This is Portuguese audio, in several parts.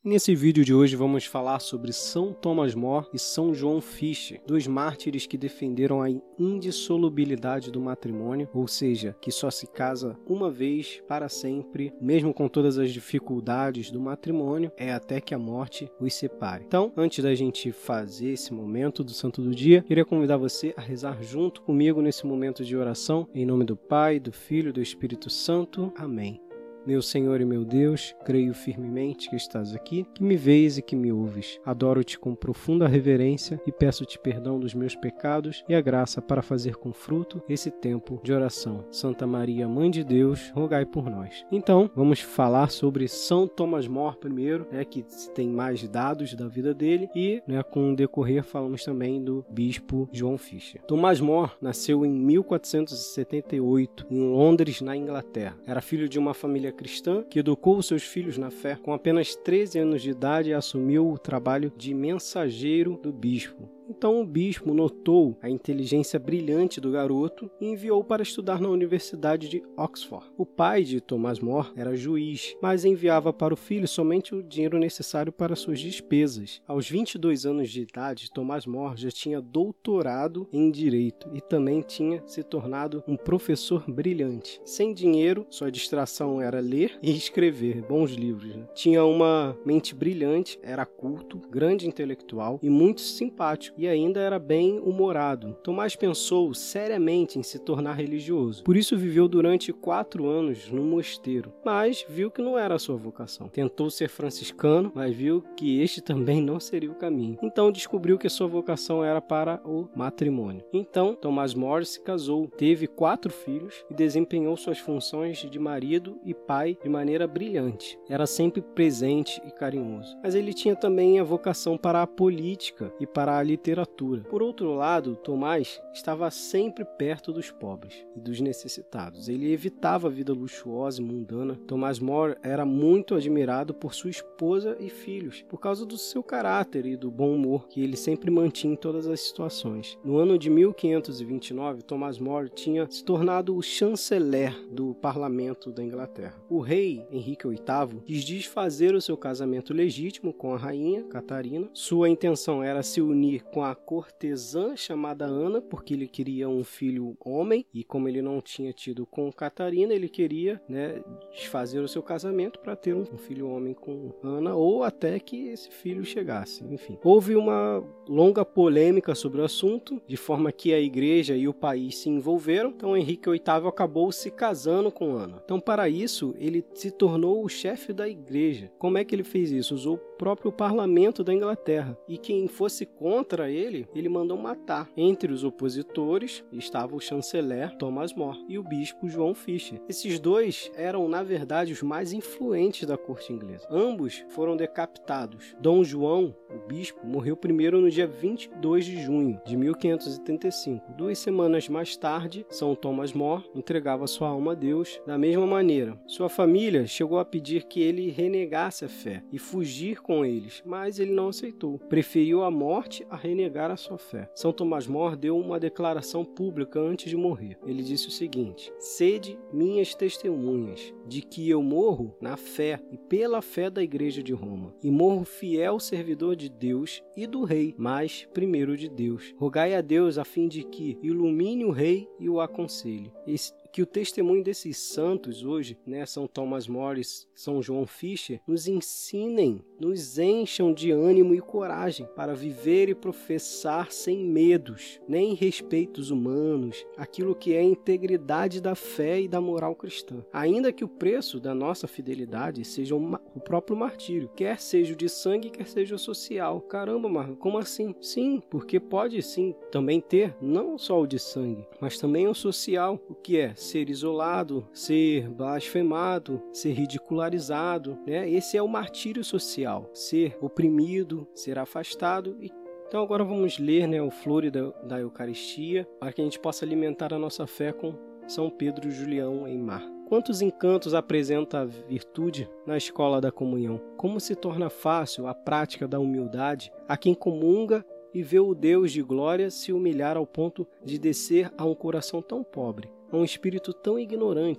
Nesse vídeo de hoje vamos falar sobre São Thomas More e São João Fisher, dois mártires que defenderam a indissolubilidade do matrimônio, ou seja, que só se casa uma vez para sempre, mesmo com todas as dificuldades do matrimônio, até que a morte os separe. Então, antes da gente fazer esse momento do Santo do Dia, queria convidar você a rezar junto comigo nesse momento de oração, em nome do Pai, do Filho e do Espírito Santo. Amém. Meu Senhor e meu Deus, creio firmemente que estás aqui, que me vês e que me ouves. Adoro-te com profunda reverência e peço-te perdão dos meus pecados e a graça para fazer com fruto esse tempo de oração. Santa Maria, Mãe de Deus, rogai por nós. Então, vamos falar sobre São Thomas More primeiro, que tem mais dados da vida dele, e com o decorrer falamos também do bispo João Fisher. Thomas More nasceu em 1478, em Londres, na Inglaterra. Era filho de uma família cristã que educou os seus filhos na fé. Com apenas 13 anos de idade, assumiu o trabalho de mensageiro do bispo. Então o bispo notou a inteligência brilhante do garoto e enviou para estudar na Universidade de Oxford. O pai de Thomas More era juiz, mas enviava para o filho somente o dinheiro necessário para suas despesas. Aos 22 anos de idade, Thomas More já tinha doutorado em Direito e também tinha se tornado um professor brilhante. Sem dinheiro, sua distração era ler e escrever bons livros. Tinha uma mente brilhante, era culto, grande intelectual e muito simpático. E ainda era bem humorado. Tomás pensou seriamente em se tornar religioso. Por isso viveu durante 4 anos no mosteiro, mas viu que não era a sua vocação. Tentou ser franciscano, mas viu que este também não seria o caminho. Então descobriu que a sua vocação era para o matrimônio. Então Thomas More se casou, teve 4 filhos e desempenhou suas funções de marido e pai de maneira brilhante. Era sempre presente e carinhoso. Mas ele tinha também a vocação para a política e para a literatura. Por outro lado, Tomás estava sempre perto dos pobres e dos necessitados. Ele evitava a vida luxuosa e mundana. Thomas More era muito admirado por sua esposa e filhos, por causa do seu caráter e do bom humor que ele sempre mantinha em todas as situações. No ano de 1529, Thomas More tinha se tornado o chanceler do parlamento da Inglaterra. O rei Henrique VIII quis desfazer o seu casamento legítimo com a rainha Catarina. Sua intenção era se unir com a cortesã chamada Ana, porque ele queria um filho homem, e como ele não tinha tido com Catarina, ele queria desfazer o seu casamento para ter um filho homem com Ana, ou até que esse filho chegasse. Enfim, houve uma longa polêmica sobre o assunto, de forma que a igreja e o país se envolveram. Então Henrique VIII acabou se casando com Ana. Então, para isso, ele se tornou o chefe da igreja. Como é que ele fez isso? Usou o próprio parlamento da Inglaterra, e quem fosse contra ele mandou matar. Entre os opositores estava o chanceler Thomas More e o bispo João Fisher. Esses dois eram, na verdade, os mais influentes da corte inglesa. Ambos foram decapitados. Dom João, o bispo, morreu primeiro no dia 22 de junho de 1535. 2 semanas mais tarde, São Thomas More entregava sua alma a Deus da mesma maneira. Sua família chegou a pedir que ele renegasse a fé e fugir com eles, mas ele não aceitou. Preferiu a morte a renegar a sua fé. São Thomas More deu uma declaração pública antes de morrer. Ele disse o seguinte: sede minhas testemunhas de que eu morro na fé e pela fé da Igreja de Roma, e morro fiel servidor de Deus e do Rei, mas primeiro de Deus. Rogai a Deus a fim de que ilumine o Rei e o aconselhe. Que o testemunho desses santos hoje, São Thomas More e São João Fisher, nos ensinem, nos encham de ânimo e coragem para viver e professar sem medos, nem respeitos humanos, aquilo que é a integridade da fé e da moral cristã. Ainda que o preço da nossa fidelidade seja o próprio martírio, quer seja o de sangue, quer seja o social. Caramba, Marco, como assim? Sim, porque pode sim também ter não só o de sangue, mas também o social, o que é ser isolado, ser blasfemado, ser ridicularizado, Esse é o martírio social, ser oprimido, ser afastado. Então agora vamos ler o Flore da Eucaristia, para que a gente possa alimentar a nossa fé com São Pedro Julião em Mar. Quantos encantos apresenta a virtude na escola da comunhão? Como se torna fácil a prática da humildade a quem comunga e vê o Deus de glória se humilhar ao ponto de descer a um coração tão pobre, a um espírito tão ignorante, a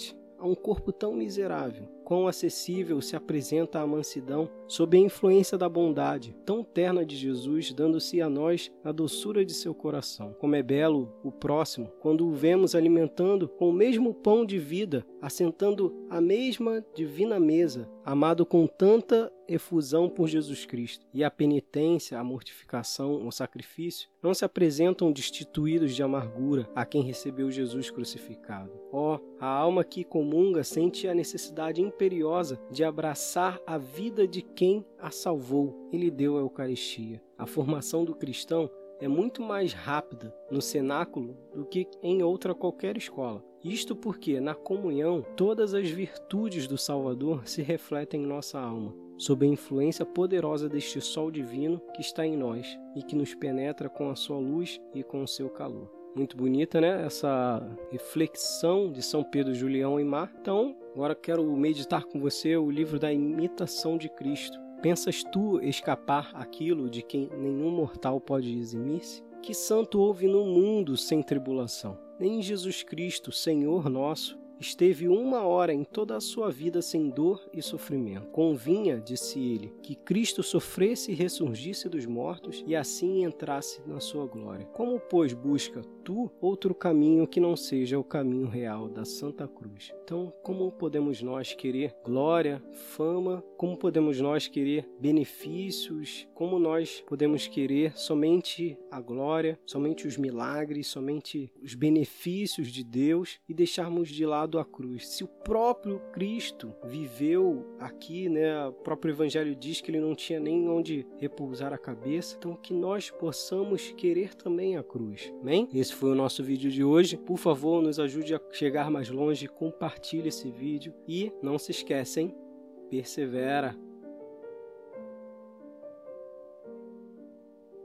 a um corpo tão miserável? Quão acessível se apresenta a mansidão sob a influência da bondade tão terna de Jesus, dando-se a nós a doçura de seu coração. Como é belo o próximo, quando o vemos alimentando com o mesmo pão de vida, assentando à mesma divina mesa, amado com tanta efusão por Jesus Cristo. E a penitência, a mortificação, o sacrifício não se apresentam destituídos de amargura a quem recebeu Jesus crucificado. A alma que comunga sente a necessidade imperiosa de abraçar a vida de quem a salvou e lhe deu a Eucaristia. A formação do cristão é muito mais rápida no cenáculo do que em outra qualquer escola. Isto porque, na comunhão, todas as virtudes do Salvador se refletem em nossa alma, sob a influência poderosa deste sol divino que está em nós e que nos penetra com a sua luz e com o seu calor. Muito bonita, né? Essa reflexão de São Pedro Julião em Mar. Então, agora quero meditar com você o livro da imitação de Cristo. Pensas tu escapar aquilo de quem nenhum mortal pode eximir-se? Que santo houve no mundo sem tribulação? Nem Jesus Cristo, Senhor nosso, esteve 1 hora em toda a sua vida sem dor e sofrimento. Convinha, disse ele, que Cristo sofresse e ressurgisse dos mortos e assim entrasse na sua glória. Como, pois, busca tu outro caminho que não seja o caminho real da Santa Cruz? Então, como podemos nós querer glória, fama? Como podemos nós querer benefícios? Como nós podemos querer somente a glória, somente os milagres, somente os benefícios de Deus e deixarmos de lado a cruz? Se o próprio Cristo viveu aqui, né? O próprio Evangelho diz que ele não tinha nem onde repousar a cabeça, então que nós possamos querer também a cruz. Amém? Esse foi o nosso vídeo de hoje. Por favor, nos ajude a chegar mais longe, compartilhe esse vídeo e não se esquecem, persevera.